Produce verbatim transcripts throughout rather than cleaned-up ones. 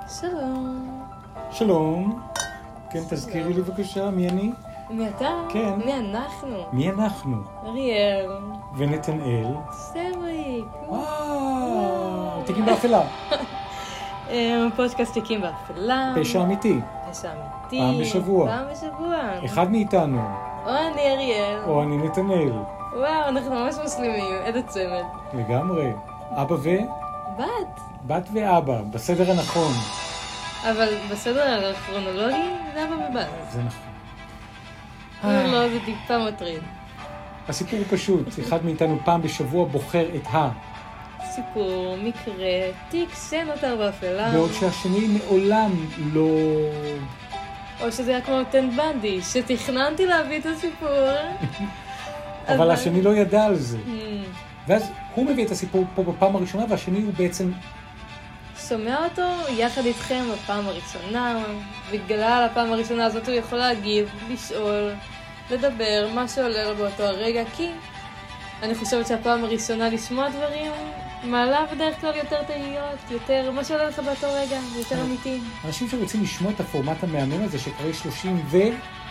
שלום. שלום. כן, תזכירי לי בבקשה, מי אני? מי אתה? כן. מי אנחנו? מי אנחנו? אריאל. ונתנאל. סטריק. וואו, תיקים באפלה. פודקאסט תיקים באפלה. פשע אמיתי. פשע אמיתי. פעם בשבוע. פעם בשבוע. אחד מאיתנו. או אני אריאל. או אני נתנאל. וואו, אנחנו ממש מסלימים. איזה צמד. לגמרי. אבא ו... בת. בת ואבא, בסדר הנכון. אבל בסדר הכרונולוגי זה אבא ובת. זה נכון. לא, זה טיפה מטריד. הסיפור הוא פשוט. אחד מאיתנו פעם בשבוע בוחר את ה... סיפור, מקרה, תיק שנותר באפלה. בעוד שהשני מעולם לא... או שזה היה כמו טן בנדי, שתכננתי להביא את הסיפור. אבל השני לא ידע על זה. Hmm. ואז הוא מביא את הסיפור פה בפעם הראשונה, והשני הוא בעצם... שומע אותו יחד איתכם בפעם הראשונה, והתגלה על הפעם הראשונה הזאת הוא יכול להגיב, לשאול, לדבר, מה שעולה לו באותו הרגע, כי אני חושבת שהפעם הראשונה לשמוע דברים מעלה בדרך כלל יותר תהיות, יותר מה שעולה לך באותו רגע, יותר אמיתי. אנשים שרוצים לשמוע את הפורמט המאמן הזה שקרה שלושים ו...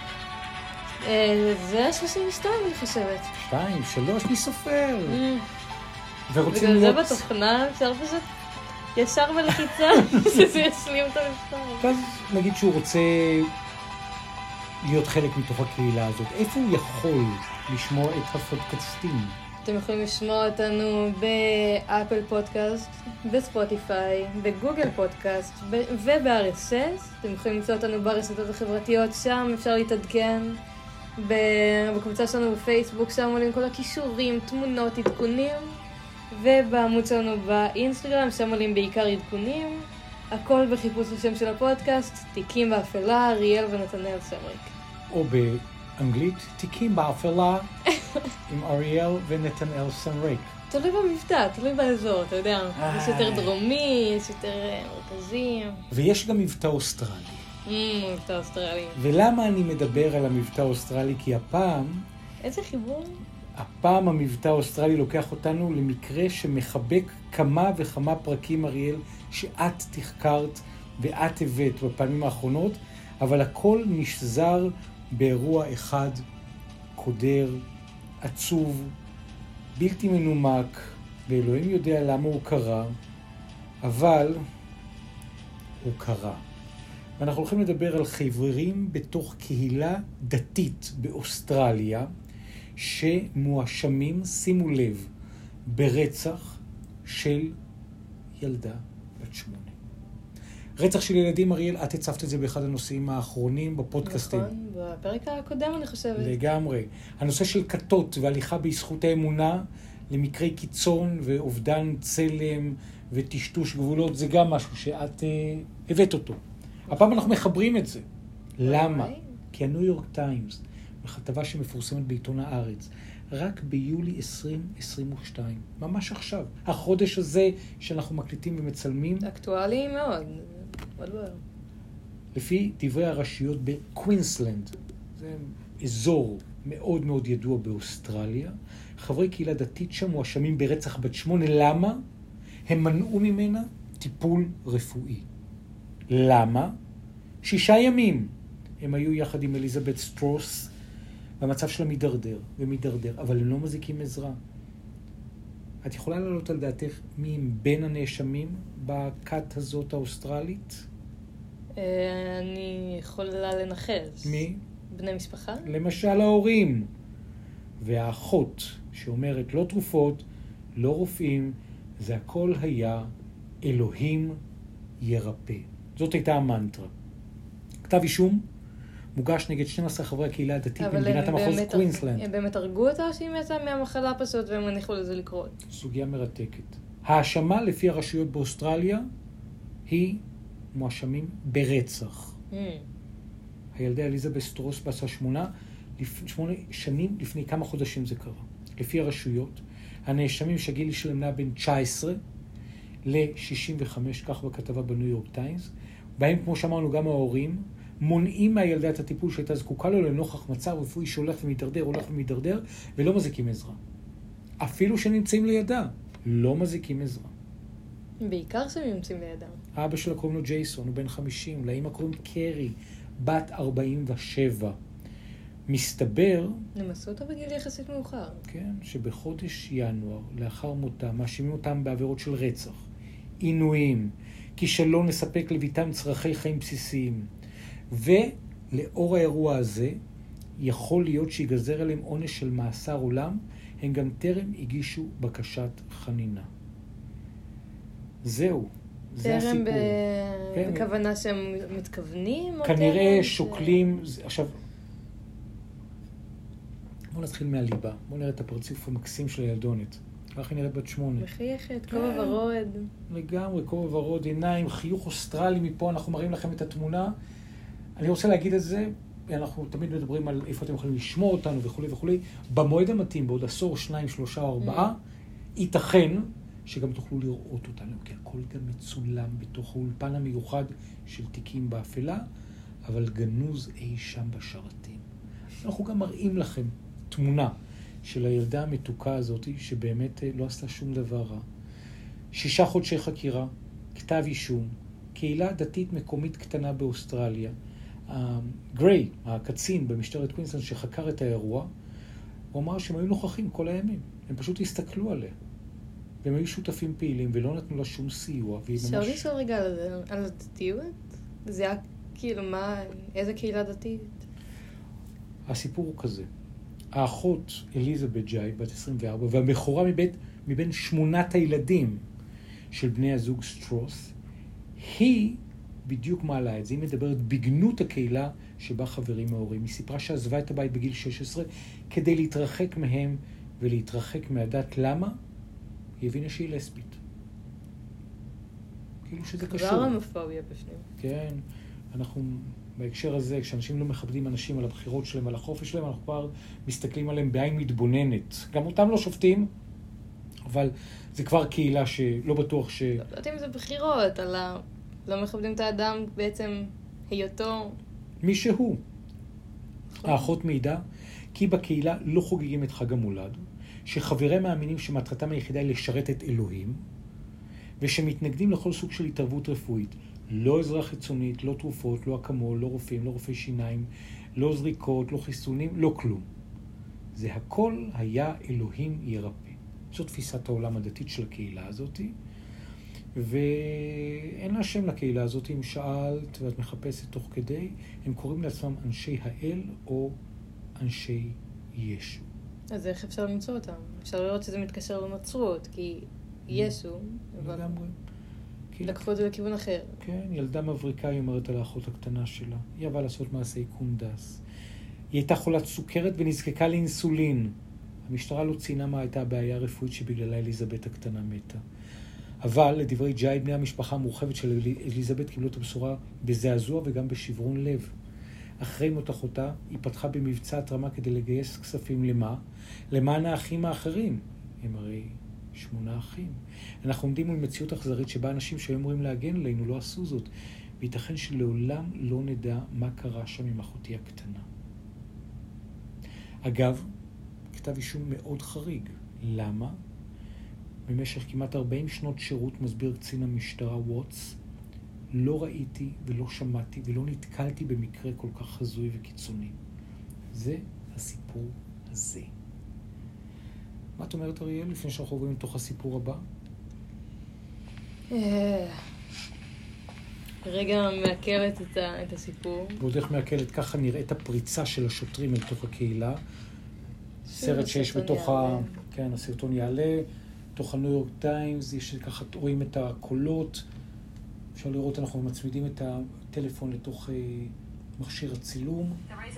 זה שלושים ושתיים אני חושבת. שתיים, שלוש, מי סופר? ורוצים בגלל זה להיות... בתוכנה אפשר פשוט ישר בלחיצה שזה ישלים את המספר. אז נגיד שהוא רוצה להיות חלק מתוך הקהילה הזאת. איפה הוא יכול לשמוע את הפודקאסטים? אתם יכולים לשמוע אותנו באפל פודקאסט, בספוטיפיי, בגוגל פודקאסט וב-אר אס אס. אתם יכולים למצוא אותנו ברשתות החברתיות, שם אפשר להתעדכן. בקבוצה שלנו בפייסבוק, שם עולים כל הכישורים, תמונות, עדכונים. ובעמוד שלנו באינסטגרם, שם עולים בעיקר עדכונים. הכל בחיפוש השם של הפודקאסט, תיקים באפלה, אריאל ונתנאל סמריק. או באנגלית, תיקים באפלה עם אריאל ונתנאל סמריק. תלוי במבטא, תלוי באזור, אתה יודע. יש יותר דרומי, יש יותר מרכזי. ויש גם מבטא אוסטרלי. מבטא אוסטרלי. ולמה אני מדבר על המבטא האוסטרלי? כי הפעם... איזה חיבור? הפעם המבטא האוסטרלי לוקח אותנו למקרה שמחבק כמה וכמה פרקים, אריאל, שאת תחקרת ואת הבאת בפעמים האחרונות, אבל הכל נשזר באירוע אחד, קודר, עצוב, בלתי מנומק, ואלוהים יודע למה הוא קרה, אבל הוא קרה. ואנחנו הולכים לדבר על חברים בתוך קהילה דתית באוסטרליה, שמואשמים, שימו לב, ברצח של ילדה בת שמונה. רצח של ילדים, אריאל, את הצפת את זה באחד הנושאים האחרונים בפודקאסטים. נכון, בפרק הקודם אני חושבת. לגמרי. הנושא של כתות והליכה בזכות האמונה למקרי קיצון ואובדן צלם וטשטוש גבולות, זה גם משהו שאת uh, הבאת אותו. הפעם אנחנו מחברים את זה. למה? כי הניו יורק טיימס, בכתבה שמפורסמת בעיתון הארץ, רק ביולי עשרים עשרים ושתיים, ממש עכשיו, החודש הזה שאנחנו מקליטים ומצלמים, אקטואלי מאוד, מאוד מאוד. לפי דברי הרשויות בקווינסלנד, זה אזור מאוד מאוד ידוע באוסטרליה, חברי קהילה דתית שם מואשמים ברצח בת שמונה. למה? הם מנעו ממנה טיפול רפואי. למה? שישה ימים. הם היו יחד עם אליזבת סטרוס, והמצב שלה מדרדר ומדרדר, אבל הם לא מזיקים עזרה. את יכולה לעלות על דעתך מי הם בין הנאשמים בכת הזאת האוסטרלית? אני יכולה לנחש. מי? בני משפחה? למשל ההורים. והאחות שאומרת לא תרופות, לא רופאים, זה הכל היה אלוהים ירפא. זאת הייתה המנטרה. כתב אישום מוגש נגד שנים עשר חברי הקהילה הדתית במדינת המחוז קווינסלנד. הם באמת הרגו אותה שהיא מתה מהמחלה פשוט והם הניחו לזה לקרות? סוגיה מרתקת. האשמה לפי הרשויות באוסטרליה היא מואשמים ברצח. Mm. הילדה אליזבת סטרוס בעשה שמונה, שמונה שנים לפני כמה חודשים זה קרה. לפי הרשויות, הנאשמים שהגיל שלהם נע בין תשע עשרה ל-שישים וחמש, כך בכתבה בניו יורק טיימס, בהם כמו שאמרנו גם ההורים, מונעים מהילדה את הטיפול שהייתה זקוקה לו לנוכח מצב רפואי שהולך ומתדרדר, הולך ומתדרדר, ולא מזיקים עזרה. אפילו שנמצאים לידה, לא מזיקים עזרה. בעיקר שהם יוצאים לידם. האבא שלה קוראים לו ג'ייסון, הוא בן חמישים, לאמא קוראים קרי, בת ארבעים ושבע. מסתבר... נמסו אותה בגיל יחסית מאוחר. כן, שבחודש ינואר, לאחר מותם, מאשימים אותם בעבירות של רצח, עינויים, כישלון לספק לביתם צרכי חיים בסיסיים. ולאור האירוע הזה, יכול להיות שיגזר עליהם עונש של מאסר עולם, הם גם טרם הגישו בקשת חנינה. זהו, זה הסיפור. טרם כן. בכוונה שהם מתכוונים? כנראה שוקלים... ש... עכשיו, בואו נתחיל מהליבה. בואו נראה את הפרצוף המקסים של הילדונת. ככה היא נראית בת שמונה. מחייכת, כובע ורוד. לגמרי, כובע ורוד, עיניים, חיוך אוסטרלי מפה, אנחנו מראים לכם את התמונה. אני רוצה להגיד את זה, אנחנו תמיד מדברים על איפה אתם יכולים לשמוע אותנו וכו' וכו'. במועד המתאים, בעוד עשור, שניים, שלושה או ארבעה, ייתכן שגם תוכלו לראות אותנו, כי הכל גם מצולם בתוך האולפן המיוחד של תיקים באפלה, אבל גנוז אי שם בשרתים. אנחנו גם מראים לכם תמונה של הילדה המתוקה הזאת, שבאמת לא עשתה שום דבר רע. שישה חודשי חקירה, כתב אישום, קהילה דתית מקומית קטנה באוסטרליה. גריי, הקצין במשטרת קווינסלנד שחקר את האירוע, הוא אמר שהם היו נוכחים כל הימים. הם פשוט הסתכלו עליה. והם היו שותפים פעילים ולא נתנו לה שום סיוע. אפשר לשאול רגע על הדתיות? זה היה כאילו מה, איזה קהילה דתית? הסיפור הוא כזה. האחות אליזבת ג'יי, בת עשרים וארבע, והבכורה מבית, מבין שמונת הילדים של בני הזוג סטרוס, היא בדיוק מעלה את זה. היא מדברת בגנות הקהילה שבה חברים ההורים. היא סיפרה שעזבה את הבית בגיל שש עשרה כדי להתרחק מהם ולהתרחק מהדת. למה? היא הבינה שהיא לסבית. כאילו שזה קשור. כבר המופוביה בפנים. כן. אנחנו, בהקשר הזה, כשאנשים לא מכבדים אנשים על הבחירות שלהם, על החופש שלהם, אנחנו כבר מסתכלים עליהם בעין מתבוננת. גם אותם לא שופטים, אבל זה כבר קהילה שלא בטוח ש... לא יודעת אם זה בחירות, על ה... לא מכבדים את האדם בעצם היותו... מי שהוא. האחות מעידה, כי בקהילה לא חוגגים את חג המולד, שחברי מאמינים שמטרתם היחידה היא לשרת את אלוהים, ושמתנגדים לכל סוג של התערבות רפואית. לא עזרה חיצונית, לא תרופות, לא אקמול, לא רופאים, לא רופאי שיניים, לא זריקות, לא חיסונים, לא כלום. זה הכל היה אלוהים ירפא. זו תפיסת העולם הדתית של הקהילה הזאת, ואין לה שם לקהילה הזאת. אם שאלת ואת מחפשת תוך כדי, הם קוראים לעצמם אנשי האל או אנשי ישו. אז איך אפשר למצוא אותם? אפשר לראות שזה מתקשר לנצרות, כי ישו, אבל לקחו את זה לכיוון אחר. כן, ילדה מבריקה, היא אומרת על האחות הקטנה שלה. היא אהבה לעשות מעשי קונדס. היא הייתה חולת סוכרת ונזקקה לאינסולין. המשטרה לא ציינה מה הייתה הבעיה הרפואית שבגללה אליזבת הקטנה מתה. אבל לדברי ג'יי, בני המשפחה המורחבת של אליזבת קיבלו את הבשורה בזעזוע וגם בשברון לב. אחרי מות אחותה, היא פתחה במבצע התרמה כדי לגייס כספים למה? למען האחים האחרים. הם הרי שמונה אחים. אנחנו עומדים מול מציאות אכזרית שבה אנשים שהיו אמורים להגן עלינו לא עשו זאת. וייתכן שלעולם לא נדע מה קרה שם עם אחותי הקטנה. אגב, כתב אישום מאוד חריג. למה? במשך כמעט ארבעים שנות שירות, מסביר קצין המשטרה ווטס, לא ראיתי ולא שמעתי ולא נתקלתי במקרה כל כך חזוי וקיצוני. זה הסיפור הזה. מה את אומרת, אריאל, לפני שאנחנו עוברים לתוך הסיפור הבא? רגע מעכלת את הסיפור. ועוד איך מעכלת, ככה נראית הפריצה של השוטרים אל תוך הקהילה. סרט שיש בתוך ה... כן, הסרטון יעלה. בתוך הניו יורק טיימס, יש ככה, רואים את הקולות. אפשר לראות, אנחנו מצמידים את הטלפון לתוך מכשיר הצילום.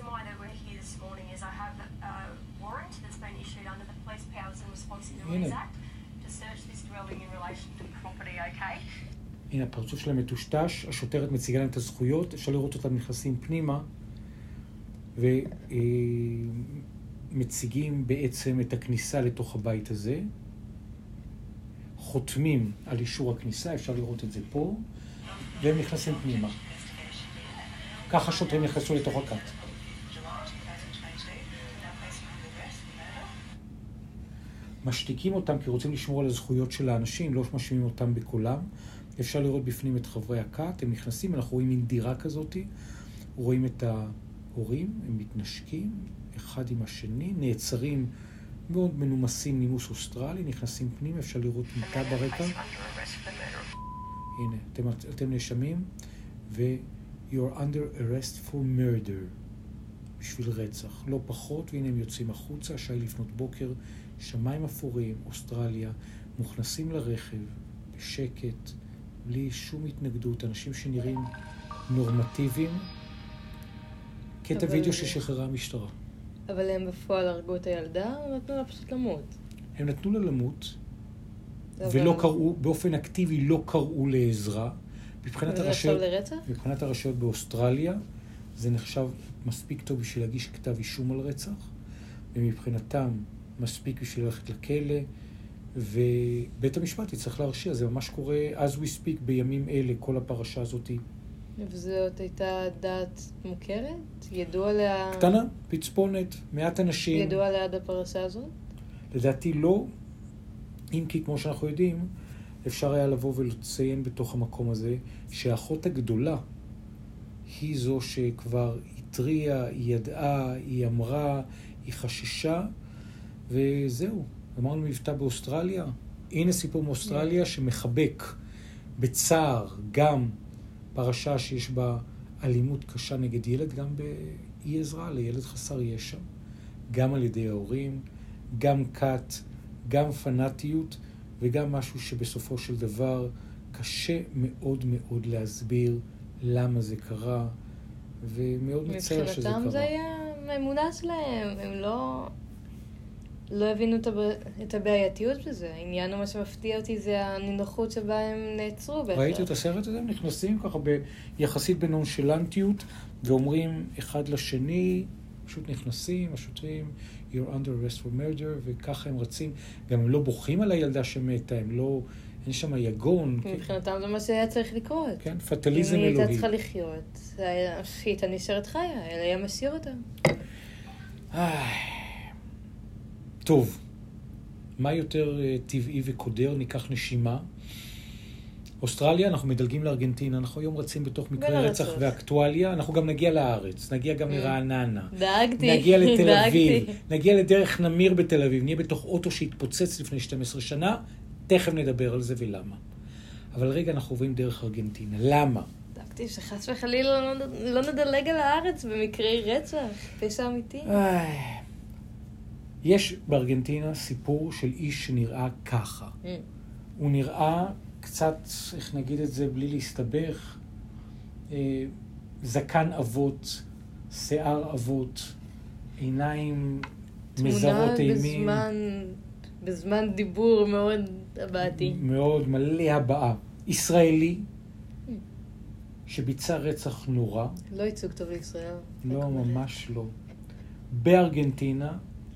הנה. הנה, הפרצוף שלהם מטושטש, השוטרת מציגה להם את הזכויות, אפשר לראות אותם נכנסים פנימה, ומציגים בעצם את הכניסה לתוך הבית הזה. חותמים על אישור הכניסה, אפשר לראות את זה פה, והם נכנסים פנימה. ככה שוטרים נכנסו לתוך הכת. משתיקים אותם כי רוצים לשמור על הזכויות של האנשים, לא משמיעים אותם בקולם. אפשר לראות בפנים את חברי הכת, הם נכנסים, אנחנו רואים מין דירה כזאת, רואים את ההורים, הם מתנשקים אחד עם השני, נעצרים מאוד מנומסים, נימוס אוסטרלי, נכנסים פנים, אפשר לראות מיטה ברקע. הנה, אתם, אתם נאשמים, ו- you're under arrest for murder, בשביל רצח, לא פחות, והנה הם יוצאים החוצה, שעה לפנות בוקר, שמיים אפורים, אוסטרליה, מוכנסים לרכב, בשקט, בלי שום התנגדות, אנשים שנראים נורמטיביים, קטע אבל... וידאו ששחררה המשטרה. אבל הם בפועל הרגו את הילדה, או נתנו לה פשוט למות? הם נתנו לה למות, אבל... ולא קראו, באופן אקטיבי לא קראו לעזרה. מבחינת הרשויות, לרצח? מבחינת הרשויות באוסטרליה, זה נחשב מספיק טוב בשביל להגיש כתב אישום על רצח, ומבחינתם מספיק בשביל ללכת לכלא, ובית המשפט יצטרך להרשיע. זה ממש קורה as we speak בימים אלה, כל הפרשה הזאת. וזאת הייתה דת מוכרת? ידוע עליה... קטנה, פצפונת, מעט אנשים. ידוע עליה עד הפרשה הזאת? לדעתי לא, אם כי כמו שאנחנו יודעים, אפשר היה לבוא ולציין בתוך המקום הזה, שהאחות הגדולה היא זו שכבר התריעה, היא ידעה, היא אמרה, היא חששה, וזהו. אמרנו מבטא באוסטרליה. הנה סיפור מאוסטרליה שמחבק בצער גם פרשה שיש בה אלימות קשה נגד ילד, גם באי עזרה לילד חסר ישע, גם על ידי ההורים, גם קט, גם פנאטיות, וגם משהו שבסופו של דבר קשה מאוד מאוד להסביר למה זה קרה, ומאוד מצער שזה קרה. מבחינתם זה היה האמונה שלהם, הם לא... לא הבינו את הבעייתיות בזה. העניין מה שמפתיע אותי זה הנינוחות שבה הם נעצרו. ראיתי את הסרט הזה, הם נכנסים ככה ביחסית בנונשלנטיות, ואומרים אחד לשני, פשוט נכנסים, השוטרים, you're under arrest for murder, וככה הם רצים. גם הם לא בוכים על הילדה שמתה, הם לא, אין שם יגון. מבחינתם זה מה שהיה צריך לקרות. כן, פטליזם אלוהי. אם היא הייתה צריכה לחיות, היא הייתה נשארת חיה, אלא היה מסיר אותה. טוב, מה יותר uh, טבעי וקודר? ניקח נשימה. אוסטרליה, אנחנו מדלגים לארגנטינה, אנחנו היום רצים בתוך מקרה רצח ואקטואליה, אנחנו גם נגיע לארץ, נגיע גם לרעננה. דאגתי. נגיע לתל אביב, נגיע לדרך נמיר בתל אביב, נהיה בתוך אוטו שהתפוצץ לפני שתים עשרה שנה, תכף נדבר על זה ולמה. אבל רגע אנחנו עוברים דרך ארגנטינה, למה? דאגתי שחס וחלילה לא, לא נדלג על הארץ במקרי רצח, פשע אמיתי. יש בארגנטינה סיפור של איש שנראה ככה. Mm. הוא נראה קצת, איך נגיד את זה בלי להסתבך, אה, זקן אבות, שיער אבות, עיניים מזרות אימים. תמונה בזמן, בזמן דיבור מאוד הבעתי. מאוד מלא הבעה. ישראלי, mm. שביצע רצח נורא. לא ייצוג טוב לישראל. לא, ממש לא. בארגנטינה,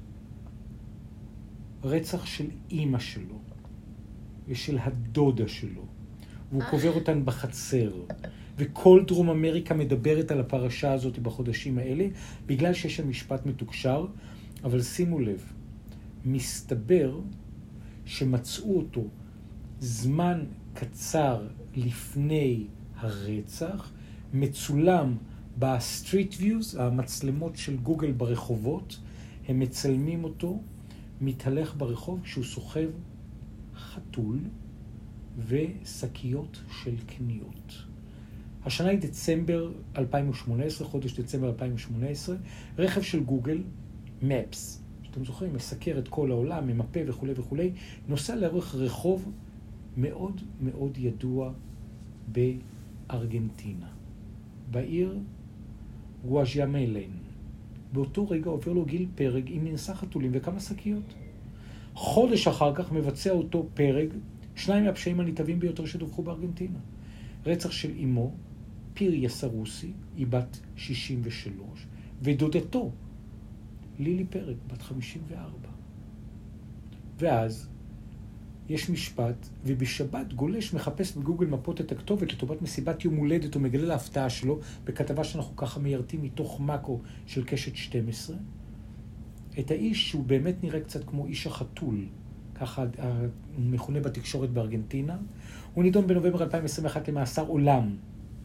רצח של אימא שלו ושל הדודה שלו, והוא קובר אותן בחצר, וכל דרום אמריקה מדברת על הפרשה הזאת בחודשים האלה, בגלל שיש שם משפט מתוקשר, אבל שימו לב, מסתבר שמצאו אותו זמן קצר לפני הרצח, מצולם בסטריט ויוז, המצלמות של גוגל ברחובות, הם מצלמים אותו, מתהלך ברחוב כשהוא סוחב חתול ושקיות של קניות. השנה היא דצמבר אלפיים ושמונה עשרה, חודש דצמבר אלפיים ושמונה עשרה, רכב של גוגל, מפס, שאתם זוכרים, מסקר את כל העולם, ממפה וכו' וכו', נוסע לאורך רחוב מאוד מאוד ידוע בארגנטינה, בעיר גואז'ימלן. באותו רגע עובר לו גיל פרג עם מנסה חתולים וכמה שקיות. חודש אחר כך מבצע אותו פרג, שניים מהפשעים הנתעבים ביותר שדווחו בארגנטינה. רצח של אמו, פיריה סרוסי, היא בת שישים ושלוש, ודודתו, לילי פרג, בת חמישים וארבע. ואז יש משפט, ובשבת גולש מחפש בגוגל מפות את הכתובת לטובת מסיבת יום הולדת, ומגלה להפתעה שלו, בכתבה שאנחנו ככה מיירתים מתוך מקו של קשת שתים עשרה, את האיש שהוא באמת נראה קצת כמו איש החתול ככה הוא מכונה בתקשורת בארגנטינה. הוא נידון בנובמבר אלפיים עשרים ואחת למאסר עולם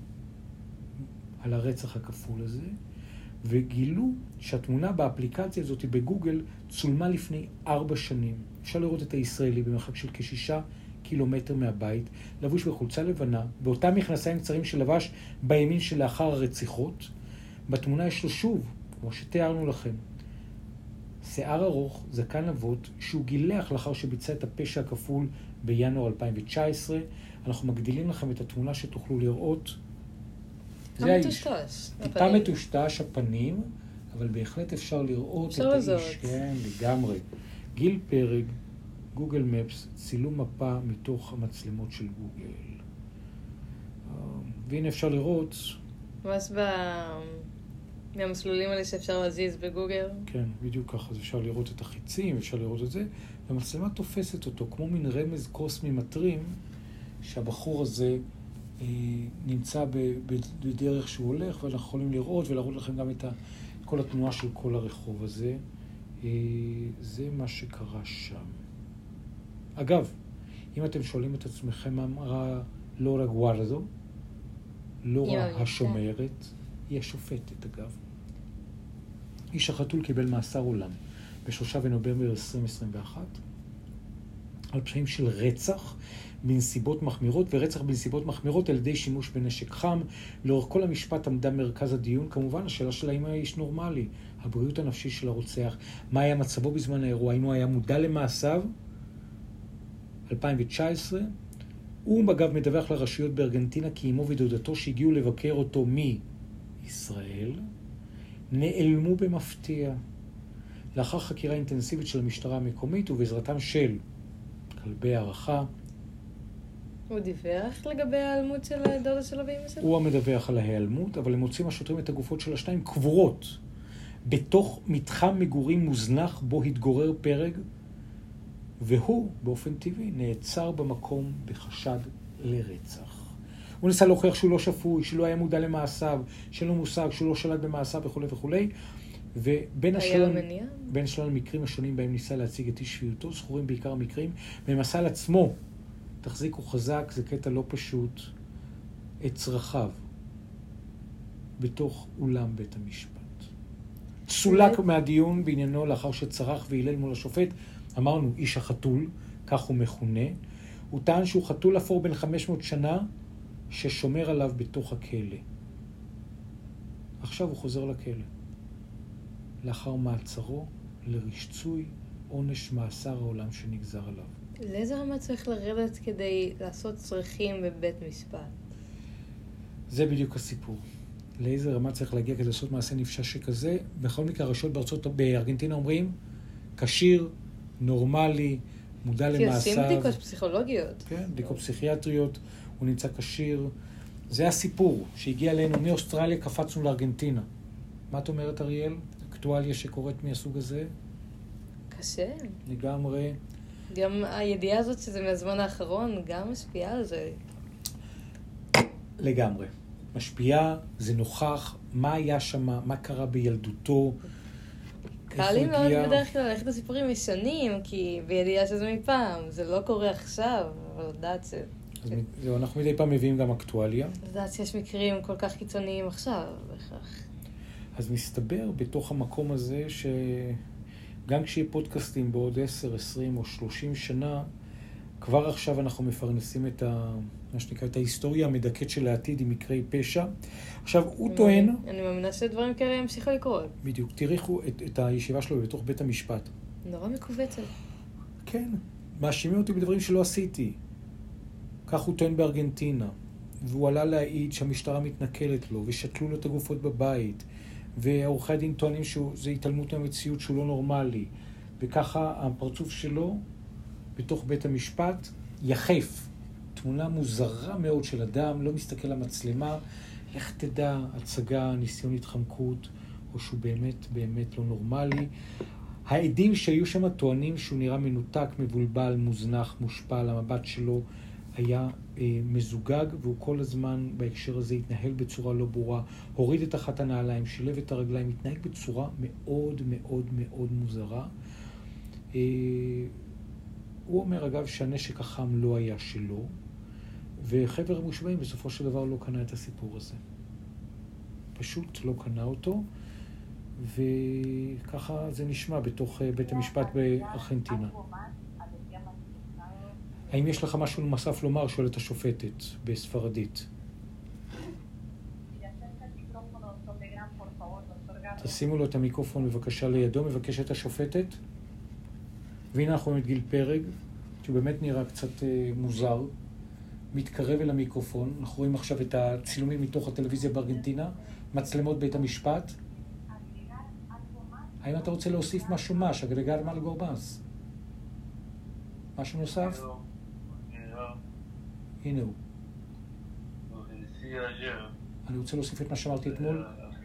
על הרצח הכפול הזה, וגילו שהתמונה באפליקציה הזאת בגוגל צולמה לפני ארבע שנים. אפשר לראות את הישראלי במרחק של כשישה קילומטר מהבית, לבוש בחולצה לבנה, באותם מכנסיים קצרים שלבש בימין שלאחר הרציחות. בתמונה יש לו שוב, כמו שתיארנו לכם, שיער ארוך, זקן אבות, שהוא גילח לאחר שביצע את הפשע הכפול בינואר אלפיים תשע עשרה. אנחנו מגדילים לכם את התמונה שתוכלו לראות. זה האיש. טיפה מטושטש הפנים, אבל בהחלט אפשר לראות את האיש. כן, לגמרי. גיל פרג, גוגל מפס, צילום מפה מתוך המצלמות של גוגל. והנה אפשר לראות... ממש מהמסלולים האלה שאפשר להזיז בגוגל. כן, בדיוק ככה. אז אפשר לראות את החיצים, אפשר לראות את זה. והמצלמה תופסת אותו כמו מין רמז קוסמי מטרים, שהבחור הזה אה, נמצא ב, בדרך שהוא הולך, ואנחנו יכולים לראות ולהראות לכם גם את, ה, את כל התנועה של כל הרחוב הזה. אה, זה מה שקרה שם. אגב, אם אתם שואלים את עצמכם מה אמרה לורה גוארדו, לורה השומרת, היא השופטת אגב. איש החתול קיבל מאסר עולם בשלושה בנובמבר עשרים עשרים ואחת על פשעים של רצח בנסיבות מחמירות, ורצח בנסיבות מחמירות על ידי שימוש בנשק חם. לאורך כל המשפט עמדה מרכז הדיון, כמובן השאלה של האם היה איש נורמלי, הבריאות הנפשי של הרוצח, מה היה מצבו בזמן האירוע, האם הוא היה מודע למעשיו. אלפיים תשע עשרה, הוא אגב מדווח לרשויות בארגנטינה כי אמו ודודתו שהגיעו לבקר אותו מישראל נעלמו במפתיע. לאחר חקירה אינטנסיבית של המשטרה המקומית ובעזרתם של כלבי הערכה. הוא דיווח לגבי ההיעלמות של דודה שלו ואמא שלו? הוא המדווח על ההיעלמות, אבל הם מוצאים השוטרים את הגופות של השתיים קבורות בתוך מתחם מגורים מוזנח בו התגורר פרג, והוא באופן טבעי נעצר במקום בחשד לרצח. הוא ניסה להוכיח שהוא לא שפוי, שלא היה מודע למעשיו, שאין לו מושג, שהוא לא שלט במעשיו וכו' וכו'. ובין השלל, בין שלל המקרים השונים בהם ניסה להציג את אי שפיותו, זכורים בעיקר המקרים, במסע על עצמו, תחזיקו חזק, זה קטע לא פשוט, את צרכיו, בתוך אולם בית המשפט. סולק מהדיון בעניינו לאחר שצרח והילל מול השופט, אמרנו, איש החתול, כך הוא מכונה. הוא טען שהוא חתול אפור בן חמש מאות שנה, ששומר עליו בתוך הכלא. עכשיו הוא חוזר לכלא. לאחר מעצרו, לרשצוי עונש מאסר העולם שנגזר עליו. לאיזה רמה צריך לרדת כדי לעשות צרכים בבית משפט? זה בדיוק הסיפור. לאיזה רמה צריך להגיע כדי לעשות מעשה נפשע שכזה? בכל מקרה, הרשויות בארצות, בארגנטינה אומרים, כשיר, נורמלי, מודע למעשיו. כי עושים בדיקות פסיכולוגיות. כן, בדיקות פסיכיאטריות, הוא נמצא כשיר. זה הסיפור שהגיע אלינו מאוסטרליה, קפצנו לארגנטינה. מה את אומרת, אריאל? אקטואליה שקורית מהסוג הזה? קשה. לגמרי. גם הידיעה הזאת שזה מהזמן האחרון גם משפיעה על זה. לגמרי. משפיעה, זה נוכח, מה היה שם, מה קרה בילדותו. קל לי מאוד בדרך כלל ללכת לסיפורים ישנים, כי בידיעה שזה מפעם, זה לא קורה עכשיו, אבל לדעת ש... אז זהו, אנחנו מדי פעם מביאים גם אקטואליה. לדעת שיש מקרים כל כך קיצוניים עכשיו, בהכרח. אז מסתבר בתוך המקום הזה שגם כשיהיה פודקאסטים בעוד עשר, עשרים או שלושים שנה, כבר עכשיו אנחנו מפרנסים את ה... מה שנקרא, את ההיסטוריה המדכאת של העתיד עם מקרי פשע. עכשיו, הוא טוען... אני מאמינה שדברים כאלה ימשיכו לקרות. בדיוק. תראיכו את, את הישיבה שלו בתוך בית המשפט. נורא מקובצת. כן. מאשימים אותי בדברים שלא עשיתי. כך הוא טוען בארגנטינה. והוא עלה להעיד שהמשטרה מתנכלת לו, ושתלו לו את הגופות בבית, ועורכי הדין טוענים שזה התעלמות מהמציאות שהוא לא נורמלי. וככה הפרצוף שלו בתוך בית המשפט יחף. תמונה מוזרה מאוד של אדם, לא מסתכל למצלמה, איך תדע, הצגה, ניסיון התחמקות, או שהוא באמת באמת לא נורמלי. העדים שהיו שם טוענים שהוא נראה מנותק, מבולבל, מוזנח, מושפל, המבט שלו היה אה, מזוגג, והוא כל הזמן בהקשר הזה התנהל בצורה לא ברורה, הוריד את אחת הנעליים, שילב את הרגליים, התנהג בצורה מאוד מאוד מאוד מוזרה. אה, הוא אומר, אגב, שהנשק החם לא היה שלו, וחבר המושבעים בסופו של דבר לא קנה את הסיפור הזה. פשוט לא קנה אותו, וככה זה נשמע בתוך בית המשפט בארגנטינה. האם יש לך משהו נוסף לומר? שואלת השופטת בספרדית. תשימו לו את המיקרופון בבקשה לידו, מבקשת השופטת. והנה אנחנו רואים את גיל פרג, שהוא באמת נראה קצת אה, מוזר, מתקרב אל המיקרופון. אנחנו רואים עכשיו את הצילומים מתוך הטלוויזיה בארגנטינה, מצלמות בית המשפט. האם אתה רוצה להוסיף משהו מש, אגרגר מעל גורבס? משהו נוסף? הנה הוא. אני רוצה להוסיף את מה שאמרתי אתמול.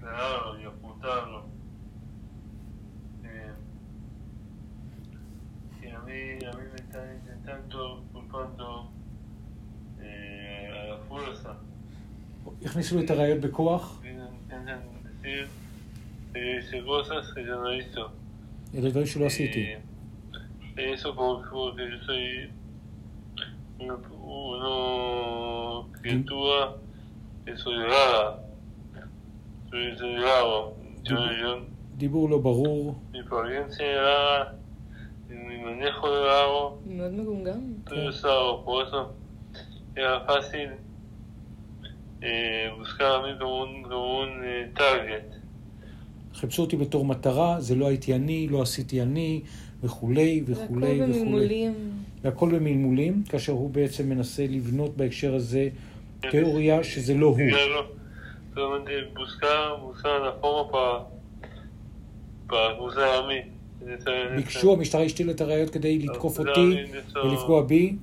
אני intentando culpando a la fuerza. הכניסו לי את הראיות בכוח. אלה דברים שלא עשיתי. Eso porque yo soy una, una criatura que soy rara. Soy, soy raro. Yo, yo, דיבור לא ברור. mi apariencia es rara. Mi manejo de raro. מאוד מגומגם. Todo es raro. Por eso era fácil eh, buscar a mí como un, como un eh, target. חיפשו אותי בתור מטרה, זה לא הייתי אני, לא עשיתי אני, וכולי וכולי והכל וכולי. במלמולים. והכל במלמולים, כאשר הוא בעצם מנסה לבנות בהקשר הזה תיאוריה שזה לא הוא. Solamente buscar, buscar la forma para, para acusar a mí. ביקשו, המשטרה השתילה את הראיות כדי לתקוף אותי ולפגוע בי.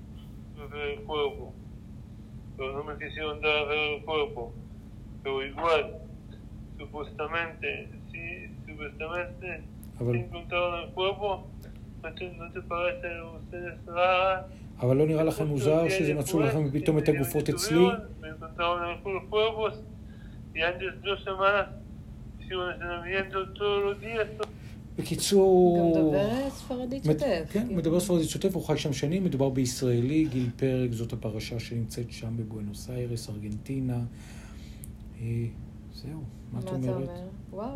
Pero no me quisieron dar el cuerpo. Pero igual, supuestamente, sí, supuestamente, אבל... encontraron el cuerpo, ¿no te, no te parece a ustedes rara? אבל לא נראה לכם מוזר שזה מצאו לכם פתאום את הגופות אצלי? Me encontraron los cuerpos y antes dos semanas hicieron entrenamiento todos los días. בקיצור... גם מדבר ספרדית שוטף. כן, מדבר ספרדית שוטף, הוא חי שם שנים, מדובר בישראלי, גיל פרג, זאת הפרשה שנמצאת שם בבואנוס איירס, ארגנטינה. זהו, מה את אומרת? מה אתה אומר? וואו,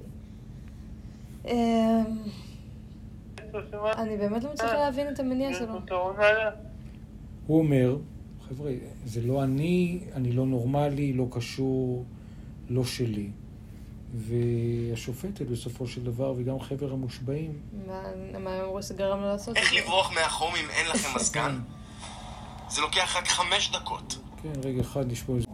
אני באמת לא מצליחה להבין את המניע שלו. הוא אומר, חבר'ה, זה לא אני, אני לא נורמלי, לא קשור, לא שלי. והשופטת בסופו של דבר, וגם חבר המושבעים. מה הם אמרו שגרם לו לעשות את זה? איך לברוח מהחום אם אין לכם מזגן? זה לוקח רק חמש דקות. כן, רגע אחד נשמע איזה...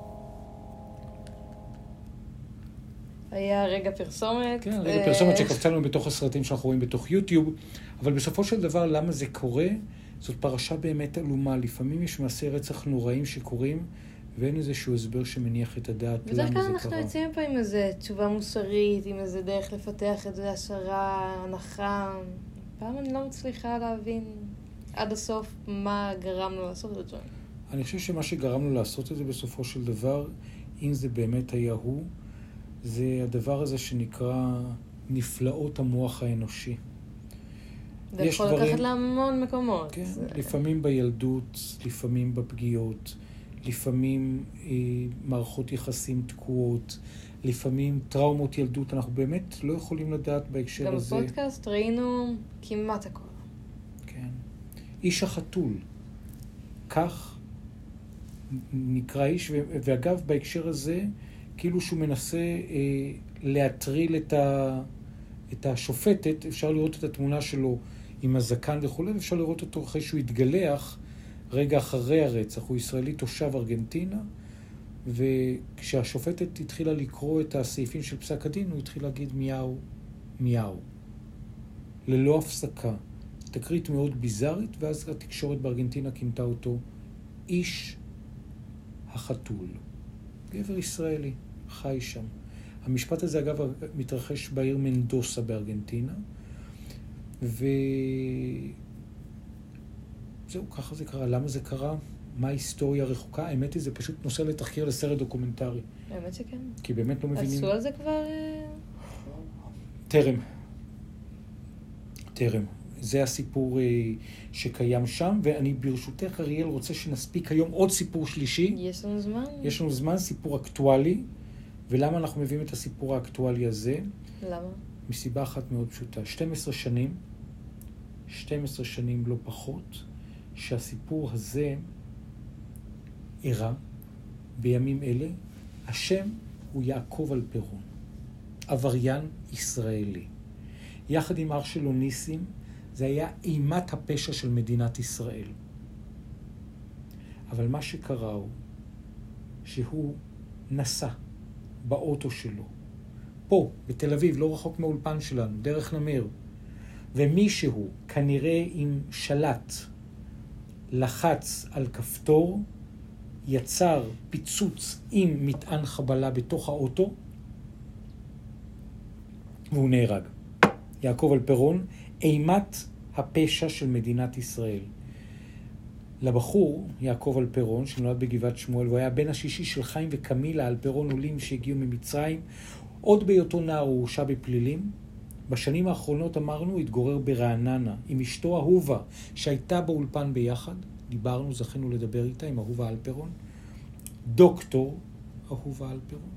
היה רגע פרסומת. כן, רגע פרסומת שקפצה לנו בתוך הסרטים שאנחנו רואים בתוך יוטיוב, אבל בסופו של דבר, למה זה קורה? זאת פרשה באמת עלומה. לפעמים יש מעשי רצח נוראים שקורים, ואין איזשהו הסבר שמניח את הדעת למה זה קרה. בדרך כלל אנחנו יוצאים פה עם איזו תשובה מוסרית, עם איזה דרך לפתח את זה, השערה, הנחה. פעם אני לא מצליחה להבין עד הסוף מה גרם לו לעשות את זה. אני חושב שמה שגרם לו לעשות את זה בסופו של דבר, אם זה באמת היה הוא, זה הדבר הזה שנקרא נפלאות המוח האנושי. זה יכול דברים... לקחת להמון מקומות. כן, זה... לפעמים בילדות, לפעמים בפגיעות, לפעמים אה, מערכות יחסים תקועות, לפעמים טראומות ילדות. אנחנו באמת לא יכולים לדעת בהקשר גם הזה. גם בפודקאסט ראינו כמעט הכל. כן. איש החתול. כך נקרא איש, ו- ואגב, בהקשר הזה, כאילו שהוא מנסה אה, להטריל את, ה- את השופטת, אפשר לראות את התמונה שלו עם הזקן וכו', ואפשר לראות אותו אחרי שהוא התגלח, רגע אחרי הרצח. הוא ישראלי תושב ארגנטינה, וכשהשופטת התחילה לקרוא את הסעיפים של פסק הדין, הוא התחיל להגיד מיהו, מיהו. ללא הפסקה. תקרית מאוד ביזארית, ואז התקשורת בארגנטינה כינתה אותו איש החתול. גבר ישראלי, חי שם. המשפט הזה אגב מתרחש בעיר מנדוסה בארגנטינה, וזהו, ככה זה קרה. למה זה קרה? מה ההיסטוריה הרחוקה? האמת היא, זה פשוט נושא לתחקיר לסרט דוקומנטרי. האמת שכן. כי באמת לא מבינים... עשו על זה כבר... טרם. טרם. זה הסיפור שקיים שם, ואני ברשותך, אריאל, רוצה שנספיק היום עוד סיפור שלישי. יש לנו זמן? יש לנו זמן, סיפור אקטואלי. ולמה אנחנו מביאים את הסיפור האקטואלי הזה? למה? מסיבה אחת מאוד פשוטה. שתים עשרה שנים, שתים עשרה שנים לא פחות, שהסיפור הזה אירע בימים אלה. השם הוא יעקב אלפרון, עבריין ישראלי. יחד עם אח שלו ניסים, זה היה אימת הפשע של מדינת ישראל. אבל מה שקרה הוא שהוא נסע באוטו שלו, פה, בתל אביב, לא רחוק מהאולפן שלנו, דרך נמר, ומישהו, כנראה עם שלט, לחץ על כפתור, יצר פיצוץ עם מטען חבלה בתוך האוטו, והוא נהרג. יעקב אלפרון, אימת הפשע של מדינת ישראל. לבחור, יעקב אלפרון, שנולד בגבעת שמואל, הוא היה בן השישי של חיים וקמילה, אלפרון עולים שהגיעו ממצרים. עוד בהיותו נער הוא הורשע בפלילים. בשנים האחרונות אמרנו, התגורר ברעננה עם אשתו אהובה, שהייתה באולפן ביחד. דיברנו, זכינו לדבר איתה, עם אהובה אלפרון. דוקטור אהובה אלפרון.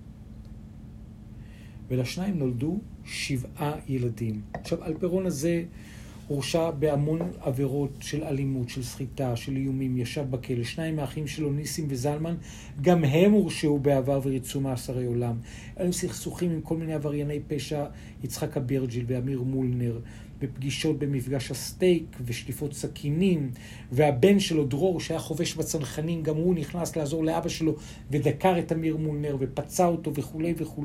ולשניים נולדו שבעה ילדים. עכשיו, אלפרון הזה הורשע בהמון עבירות של אלימות, של סחיטה, של איומים, ישב בכלא. שניים מהאחים שלו, ניסים וזלמן, גם הם הורשעו בעבר וריצו מאסרי עולם. היו סכסוכים עם כל מיני עברייני פשע, יצחק אברג'יל ואמיר מולנר, בפגישות במפגש הסטייק ושליפות סכינים, והבן שלו דרור שהיה חובש בצנחנים, גם הוא נכנס לעזור לאבא שלו ודקר את אמיר מולנר ופצע אותו וכו' וכו'.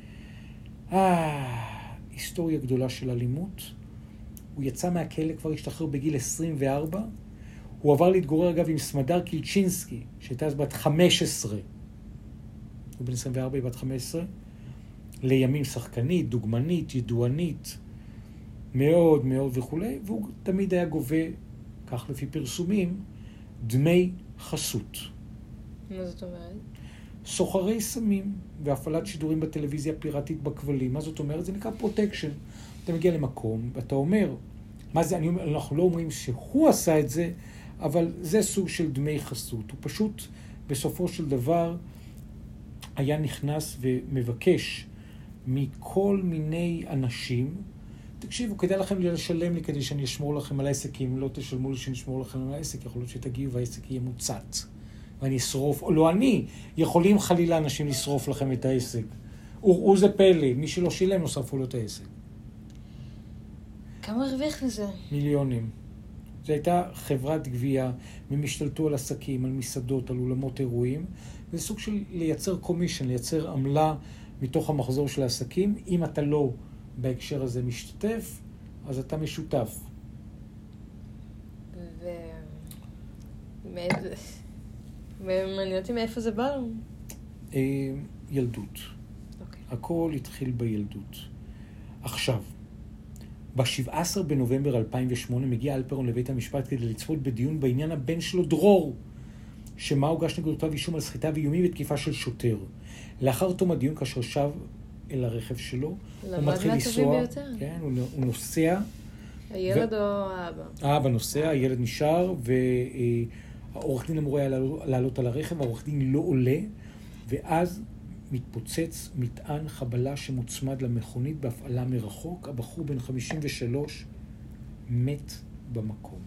אה, היסטוריה גדולה של אלימות. הוא יצא מהכלא, כבר השתחרר בגיל עשרים וארבע. הוא עבר להתגורר אגב עם סמדר קילצ'ינסקי, שהייתה אז בת חמש עשרה. הוא בן עשרים וארבע, היא בת חמש עשרה. לימים שחקנית, דוגמנית, ידוענית, מאוד מאוד וכו'. והוא תמיד היה גובה, כך לפי פרסומים, דמי חסות. מה זאת אומרת? סוחרי סמים והפעלת שידורים בטלוויזיה פיראטית בכבלים. מה זאת אומרת? זה נקרא פרוטקשן. אתה מגיע למקום ואתה אומר, מה זה? אני אומר, אנחנו לא אומרים שהוא עשה את זה, אבל זה סוג של דמי חסות. הוא פשוט בסופו של דבר היה נכנס ומבקש מכל מיני אנשים, תקשיבו, כדאי לכם לשלם לי כדי שאני אשמור לכם על העסק, אם לא תשלמו לי שאני אשמור לכם על העסק, יכול להיות שתגיעו והעסק יהיה מוצת. ואני אשרוף, או לא אני, יכולים חלילה אנשים לשרוף לכם את העסק. הוא זה פלא, מי שלא שילם לא שרפו לו את העסק. כמה הרוויח מזה? מיליונים. זו הייתה חברת גבייה, הם השתלטו על עסקים, על מסעדות, על אולמות אירועים. זה סוג של לייצר קומישן, לייצר עמלה מתוך המחזור של העסקים. אם אתה לא בהקשר הזה משתתף, אז אתה משותף. ו... מאיזה... מעניין אותי מאיפה זה בא לנו? ילדות. אוקיי. הכל התחיל בילדות. עכשיו, ב-שבעה עשר בנובמבר אלפיים ושמונה מגיע אלפרון לבית המשפט כדי לצפות בדיון בעניין הבן שלו דרור, שמה הוגש נגדו כתב אישום על סחיטה ואיומים ותקיפה של שוטר. לאחר תום הדיון, כאשר שב אל הרכב שלו, הוא מתחיל לנסוע. כן, הוא, הוא נוסע. הילד ו... או האבא? האבא נוסע, הילד נשאר, והעורך דין אמור היה לעלות על הרכב, העורך דין לא עולה, ואז מתפוצץ מטען חבלה שמוצמד למכונית בהפעלה מרחוק. הבחור בן חמישים ושלוש מת במקום.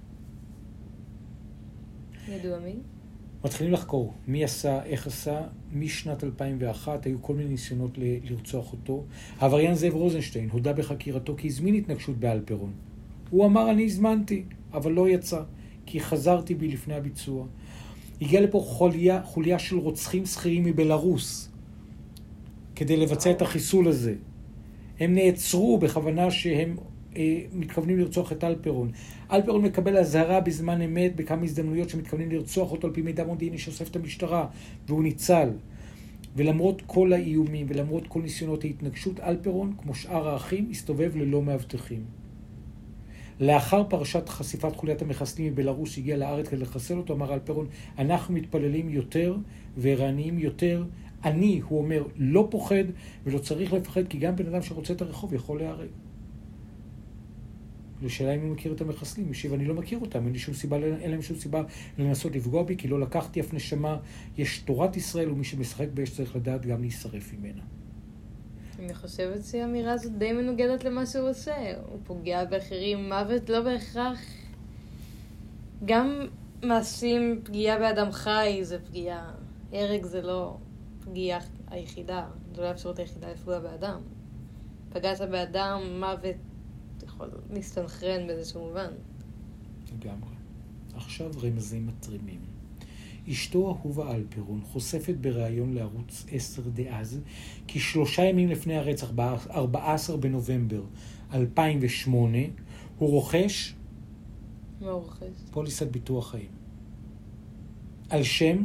ידוע מי? מתחילים לחקור מי עשה, איך עשה. משנת אלפיים ואחת היו כל מיני ניסיונות ל- לרצוח אותו. העבריין זאב רוזנשטיין הודה בחקירתו כי הזמין התנגשות באלפרון. הוא אמר, אני הזמנתי, אבל לא יצא, כי חזרתי בי לפני הביצוע. הגיע לפה חוליה, חוליה של רוצחים שכירים מבלרוס, כדי לבצע את החיסול הזה. הם נעצרו בכוונה שהם אה, מתכוונים לרצוח את אלפרון. אלפרון מקבל הזהרה בזמן אמת בכמה הזדמנויות שמתכוונים לרצוח אותו על פי מידע מודיעיני שאוסף את המשטרה, והוא ניצל. ולמרות כל האיומים ולמרות כל ניסיונות ההתנגשות, אלפרון, כמו שאר האחים, הסתובב ללא מאבטחים. לאחר פרשת חשיפת חוליית המחסלים מבלרוס שהגיע לארץ כדי לחסל אותו, אמר אלפרון, אנחנו מתפללים יותר וערניים יותר. אני, הוא אומר, לא פוחד ולא צריך לפחד, כי גם בן אדם שרוצה את הרחוב יכול להיהרג. לשאלה אם הוא מכיר את המחסלים, משיב, אני לא מכיר אותם, אין לי שום סיבה, אין להם שום סיבה לנסות לפגוע בי, כי לא לקחתי אף נשמה, יש תורת ישראל, ומי שמשחק באש צריך לדעת גם להישרף ממנה. אני חושבת שהאמירה הזאת די מנוגדת למה שהוא עושה. הוא פוגע באחרים, מוות לא בהכרח. גם מעשים, פגיעה באדם חי זה פגיעה. הרג זה לא פגיעה היחידה, זו לא האפשרות היחידה לפגוע באדם. פגעת באדם, מוות יכול להסתנכרן באיזשהו מובן. לגמרי. עכשיו רמזים מטרימים. אשתו אהובה אלפרון חושפת בריאיון לערוץ עשר דאז, כי שלושה ימים לפני הרצח, ב-ארבעה עשר בנובמבר אלפיים ושמונה, הוא רוכש... מה הוא רוכש? פוליסת ביטוח חיים. על שם...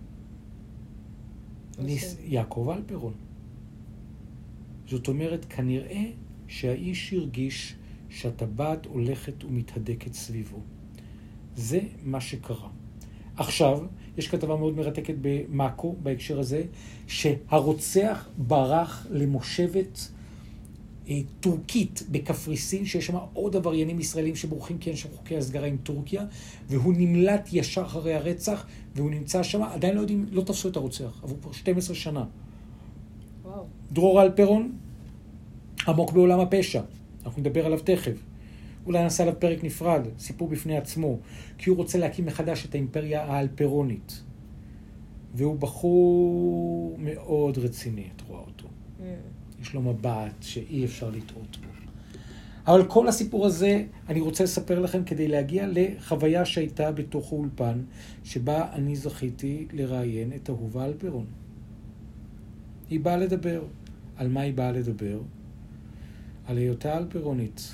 ניס... יעקב אלפרון. זאת אומרת, כנראה שהאיש הרגיש שהטבעת הולכת ומתהדקת סביבו. זה מה שקרה. עכשיו, יש כתבה מאוד מרתקת במאקו, בהקשר הזה, שהרוצח ברח למושבת אה, טורקית בקפריסין, שיש שם עוד עבריינים ישראלים שבורחים כי אין שם חוקי הסגרה עם טורקיה, והוא נמלט ישר אחרי הרצח, והוא נמצא שם, עדיין לא יודעים, לא תפסו את הרוצח, עבור כבר שתים עשרה שנה. וואו. דרור אלפרון, עמוק בעולם הפשע, אנחנו נדבר עליו תכף. אולי נעשה עליו פרק נפרד, סיפור בפני עצמו, כי הוא רוצה להקים מחדש את האימפריה האלפרונית. והוא בחור מאוד רציני, את רואה אותו. Mm. יש לו מבט שאי אפשר לטעות בו. אבל כל הסיפור הזה, אני רוצה לספר לכם כדי להגיע לחוויה שהייתה בתוך האולפן, שבה אני זכיתי לראיין את אהובה אלפרון. היא באה לדבר. על מה היא באה לדבר? על היותה אלפרונית.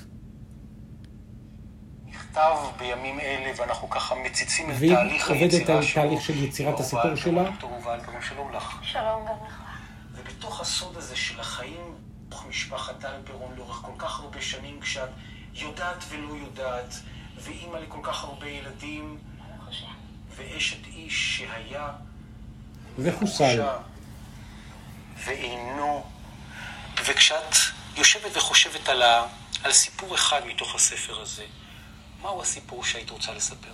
נכתב בימים אלה, ואנחנו ככה מציצים את והיא תהליך עובדת היצירה על שלו. תהליך של יצירת הסיפור שלה. דוקטור אהובה אלפרון, שלום לך. שלום גם לך. ובתוך הסוד הזה של החיים, בתוך משפחת אלפרון לאורך כל כך הרבה שנים, כשאת יודעת ולא יודעת, ואימא לכל כך הרבה ילדים, ואשת איש שהיה וחוסל. ואינו, וכשאת יושבת וחושבת על, ה, על סיפור אחד מתוך הספר הזה, מהו הסיפור שהיית רוצה לספר?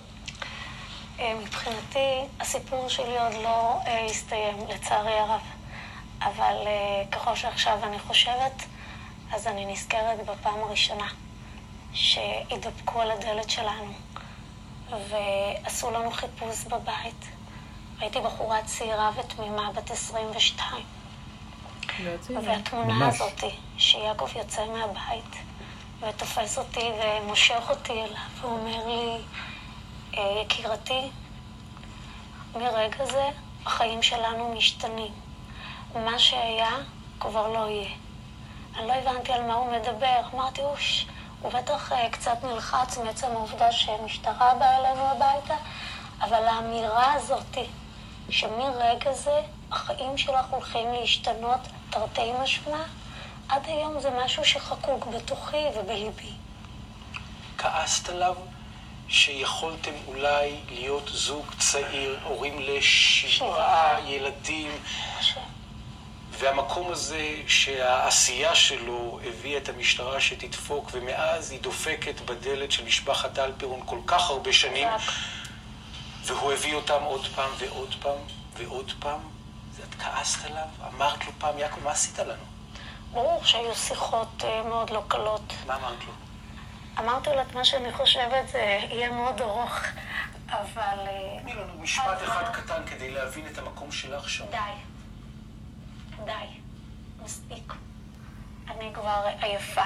מבחינתי, הסיפור שלי עוד לא הסתיים, לצערי הרב. אבל ככל שעכשיו אני חושבת, אז אני נזכרת בפעם הראשונה שהתדפקו על הדלת שלנו, ועשו לנו חיפוש בבית. הייתי בחורה צעירה ותמימה, בת עשרים ושתיים. והתמונה הזאת, שיעקב יוצא מהבית, ותופס אותי ומושך אותי אליו, ואומר לי, יקירתי, מרגע זה החיים שלנו משתנים. מה שהיה כבר לא יהיה. אני לא הבנתי על מה הוא מדבר. אמרתי, אוש, הוא בטח קצת נלחץ מעצם העובדה שמשטרה באה אלינו הביתה, אבל האמירה הזאת, שמרגע זה החיים שלך הולכים להשתנות תרתי משמע, עד היום זה משהו שחקוק בתוכי ובליבי. כעסת עליו שיכולתם אולי להיות זוג צעיר, הורים לשבעה ילדים, והמקום הזה שהעשייה שלו הביא את המשטרה שתדפוק, ומאז היא דופקת בדלת של משפחת אלפרון כל כך הרבה שנים, והוא הביא אותם עוד פעם ועוד פעם ועוד פעם. את כעסת עליו? אמרת לו פעם, יעקב, מה עשית לנו? ברור שהיו שיחות מאוד לא קלות. מה אמרת לו? אמרתי לו את מה שאני חושבת, זה יהיה מאוד ארוך, אבל... תני לנו משפט אחד קטן כדי להבין את המקום שלך שם. די. די. מספיק. אני כבר עייפה.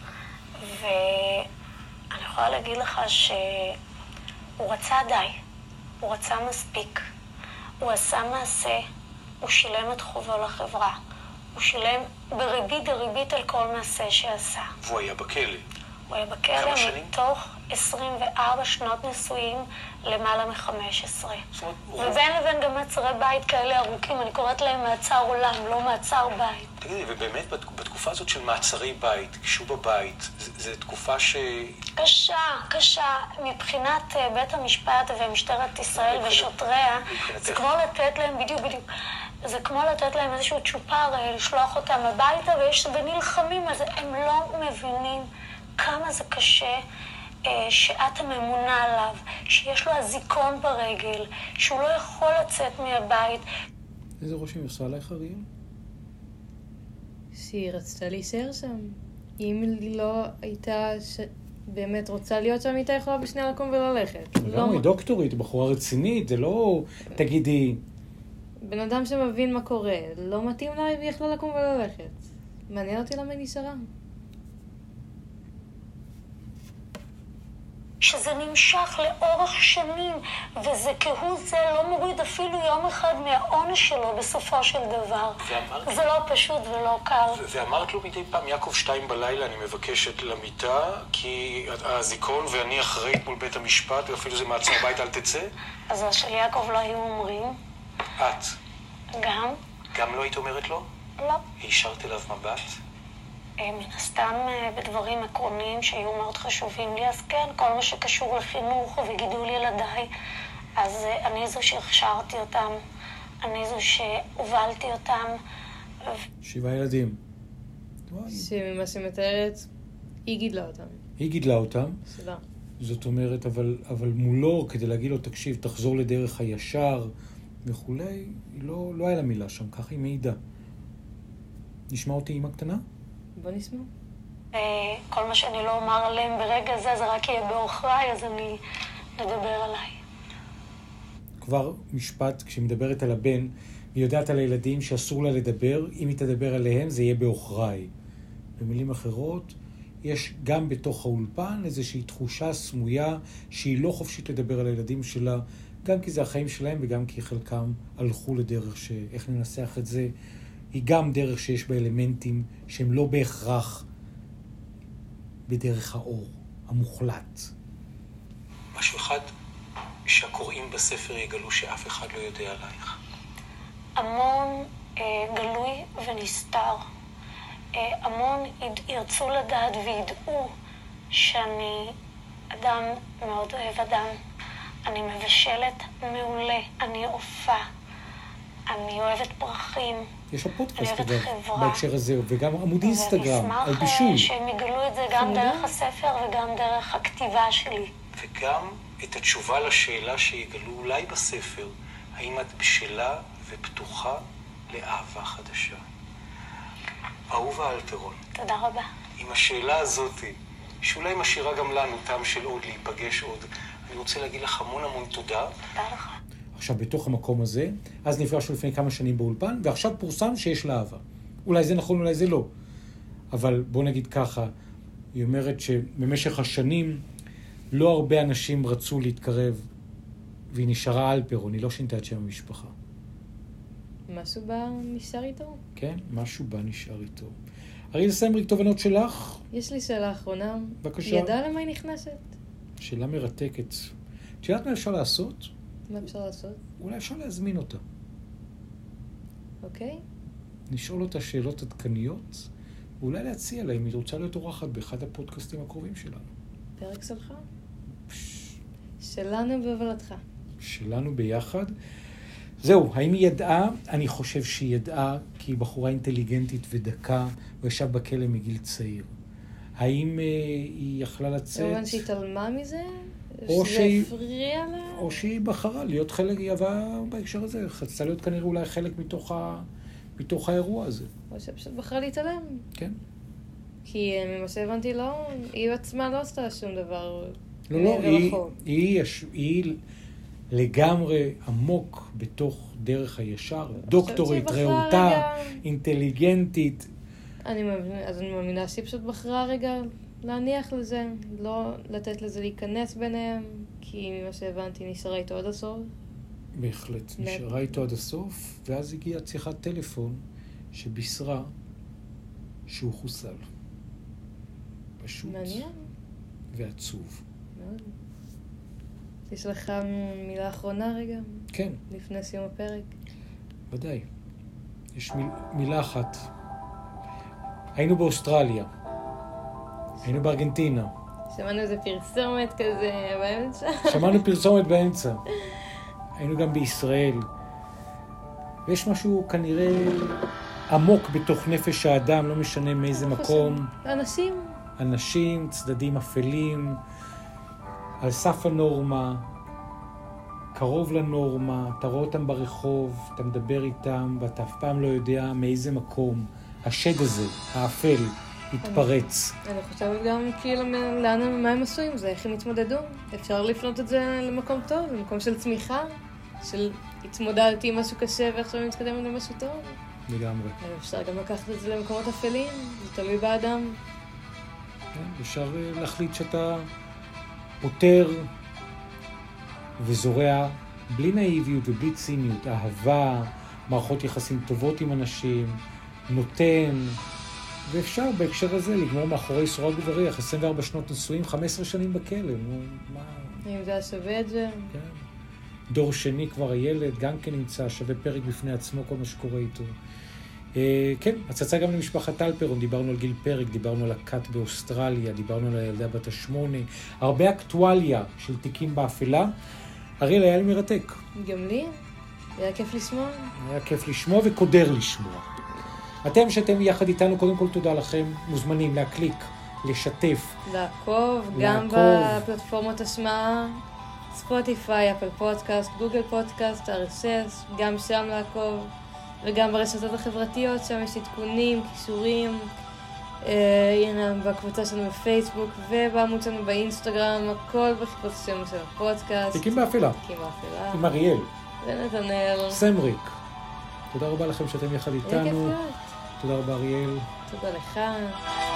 ואני יכולה להגיד לך שהוא רצה די. הוא רצה מספיק. הוא עשה מעשה. הוא שילם את חובו לחברה. הוא שילם בריבית דריבית על כל מעשה שעשה. והוא היה בכלא. הוא היה בכלא מתוך עשרים וארבע שנות נישואים למעלה מ-חמש עשרה. ובין לבין גם מעצרי בית כאלה ארוכים, אני קוראת להם מעצר עולם, לא מעצר בית. תגידי, ובאמת בתקופה הזאת של מעצרי בית, כשהוא בבית, זו תקופה ש... קשה, קשה. מבחינת בית המשפט ומשטרת ישראל ושוטריה, זה כמו לתת להם, בדיוק בדיוק, זה כמו לתת להם איזשהו צ'ופר, לשלוח אותם הביתה, ויש ונלחמים על זה. הם לא מבינים כמה זה קשה אה, שאת הממונה עליו, שיש לו הזיכון ברגל, שהוא לא יכול לצאת מהבית. איזה רושם היא עושה עלייך, אריאל? שהיא רצתה להישאר שם. אם היא לא הייתה ש... באמת רוצה להיות שם, הייתה יכולה בשנייה לקום וללכת. לא, היא דוקטורית, בחורה רצינית, זה לא תגידי... בן אדם שמבין מה קורה, לא מתאים לה, היא יכלה לקום וללכת. מעניין אותי למה היא נשארה. שזה נמשך לאורך שנים, וזה כהוא זה לא מוריד אפילו יום אחד מהעונש שלו בסופו של דבר. ואמרת... זה לא פשוט ולא קל. ואמרת לו מדי פעם, יעקב, שתיים בלילה, אני מבקשת למיטה, כי הזיכרון ואני אחראית מול בית המשפט, ואפילו זה מעצר בית, אל תצא? אז של יעקב לא היו אומרים. את? גם? גם לא היית אומרת לו? לא. השארת אליו מבט? מן הסתם בדברים עקרוניים שהיו מאוד חשובים לי, אז כן, כל מה שקשור לחינוך וגידול ילדיי, אז אני זו שהכשרתי אותם, אני זו שהובלתי אותם. שבעה ילדים. שממה שמתארת, היא גידלה אותם. היא גידלה אותם. סליחה. זאת אומרת, אבל, אבל מולו, כדי להגיד לו, תקשיב, תחזור לדרך הישר וכולי, לא, לא היה לה מילה שם, ככה היא מעידה. נשמע אותי אימא קטנה? בוא נשמע. כל מה שאני לא אומר עליהם ברגע זה, זה רק יהיה באוכריי, אז אני נדבר עליי. כבר משפט, כשהיא מדברת על הבן, היא יודעת על הילדים שאסור לה לדבר, אם היא תדבר עליהם זה יהיה באוכריי. במילים אחרות, יש גם בתוך האולפן איזושהי תחושה סמויה שהיא לא חופשית לדבר על הילדים שלה, גם כי זה החיים שלהם וגם כי חלקם הלכו לדרך שאיך ננסח את זה, היא גם דרך שיש בה אלמנטים שהם לא בהכרח בדרך האור, המוחלט. משהו אחד שהקוראים בספר יגלו שאף אחד לא יודע עלייך. המון אה, גלוי ונסתר. אה, המון ירצו לדעת וידעו שאני אדם מאוד אוהב אדם. אני מבשלת מעולה, אני אופה, אני אוהבת פרחים. יש הפודקאסט אגב, בהקשר הזה, וגם עמוד אינסטגרם, על בישול. ואני אשמח שהם יגלו את זה גם דרך הספר וגם דרך הכתיבה שלי. וגם את התשובה לשאלה שיגלו אולי בספר, האם את בשלה ופתוחה לאהבה חדשה. אהובה אלפרון. תודה רבה. עם השאלה הזאת, שאולי משאירה גם לנו טעם של עוד להיפגש עוד, אני רוצה להגיד לך המון המון תודה. תודה לך. עכשיו, בתוך המקום הזה, אז נפגשנו לפני כמה שנים באולפן, ועכשיו פורסם שיש לה אהבה. אולי זה נכון, אולי זה לא. אבל בוא נגיד ככה, היא אומרת שבמשך השנים לא הרבה אנשים רצו להתקרב, והיא נשארה אלפרון, היא לא שינתה את שם המשפחה. משהו בה נשאר איתו? כן, משהו בה נשאר איתו. אריאל סמריק, תובנות שלך? יש לי שאלה אחרונה. בבקשה. היא ידעה למה היא נכנסת? שאלה מרתקת. את יודעת מה אפשר לעשות? מה אפשר לעשות? אולי אפשר להזמין אותה. אוקיי. נשאול אותה שאלות עדכניות, ואולי להציע לה אם היא רוצה להיות אורחת באחד הפודקאסטים הקרובים שלנו. פרק שלך? שלנו בהובלתך. שלנו ביחד. זהו, האם היא ידעה? אני חושב שהיא ידעה, כי היא בחורה אינטליגנטית ודקה, וישב בכלא מגיל צעיר. האם אה, היא יכלה לצאת? כמובן שהיא תלמה מזה? או שזה שהיא... הפריע לה? או שהיא בחרה להיות חלק, היא אהבה בהקשר הזה, חצתה להיות כנראה אולי חלק מתוך, ה... מתוך האירוע הזה. או שפשוט בחרה להתעלם. כן. כי ממה שהבנתי לא, היא עצמה לא עשתה שום דבר. לא, לא, היא, היא, היא, היא לגמרי עמוק בתוך דרך הישר, דוקטורית, רעותה, רגע... אינטליגנטית. אני מאמינה, אז אני מאמינה שהיא פשוט בחרה רגע להניח לזה, לא לתת לזה להיכנס ביניהם, כי ממה שהבנתי נשארה איתו עד הסוף. בהחלט, נשארה איתו עד הסוף, ואז הגיעה שיחת טלפון שבישרה שהוא חוסל. פשוט. מעניין. ועצוב. מאוד. יש לך מילה אחרונה רגע? כן. לפני סיום הפרק? ודאי. יש מיל, מילה אחת. היינו באוסטרליה. היינו בארגנטינה. שמענו איזה פרסומת כזה באמצע. שמענו פרסומת באמצע. היינו גם בישראל. ויש משהו כנראה עמוק בתוך נפש האדם, לא משנה מאיזה מקום. אנשים אנשים, צדדים אפלים, על סף הנורמה, קרוב לנורמה, אתה רואה אותם ברחוב, אתה מדבר איתם, ואתה אף פעם לא יודע מאיזה מקום השד הזה, האפל, יתפרץ. אני חושבת גם כאילו לאן, מה הם עשו עם זה, איך הם התמודדו. אפשר לפנות את זה למקום טוב, למקום של צמיחה, של התמודדתי עם משהו קשה ועכשיו אני מתקדם למשהו טוב. לגמרי. אפשר גם לקחת את זה למקומות אפלים, זה תלוי באדם. כן, אפשר להחליט שאתה פותר וזורע בלי נאיביות ובלי ציניות, אהבה, מערכות יחסים טובות עם אנשים, נותן, ואפשר בהקשר הזה לגמור מאחורי סורג ובריח, עשרים וארבע שנות נשואים, חמש עשרה שנים בכלא, נו, מה... אם זה שווה את זה. כן. דור שני כבר הילד, גם כן נמצא, שווה פרק בפני עצמו, כל מה שקורה איתו. אה, כן, הצצה גם למשפחת טלפרון, דיברנו על גיל פרק, דיברנו על הכת באוסטרליה, דיברנו על הילדה בת השמונה, הרבה אקטואליה של תיקים באפלה. אריאל, היה לי מרתק. גם לי, היה כיף לשמוע. היה כיף לשמוע וקודר לשמוע. אתם שאתם יחד איתנו, קודם כל תודה לכם, מוזמנים להקליק, לשתף. לעקוב, גם לעקוב. בפלטפורמות השמעה, ספוטיפיי, אפל פודקאסט, גוגל פודקאסט, אר אס אס, גם שם לעקוב, וגם ברשתות החברתיות, שם יש עדכונים, קישורים, אה, הנה בקבוצה שלנו בפייסבוק, ובעמוד שלנו באינסטגרם, הכל בחיפוש שם של הפודקאסט. תיקים באפלה. תיקים באפלה. עם אריאל. ונתנאל. סמריק. תודה רבה לכם שאתם יחד איתנו. היה כיף. תודה רבה אריאל. תודה לך.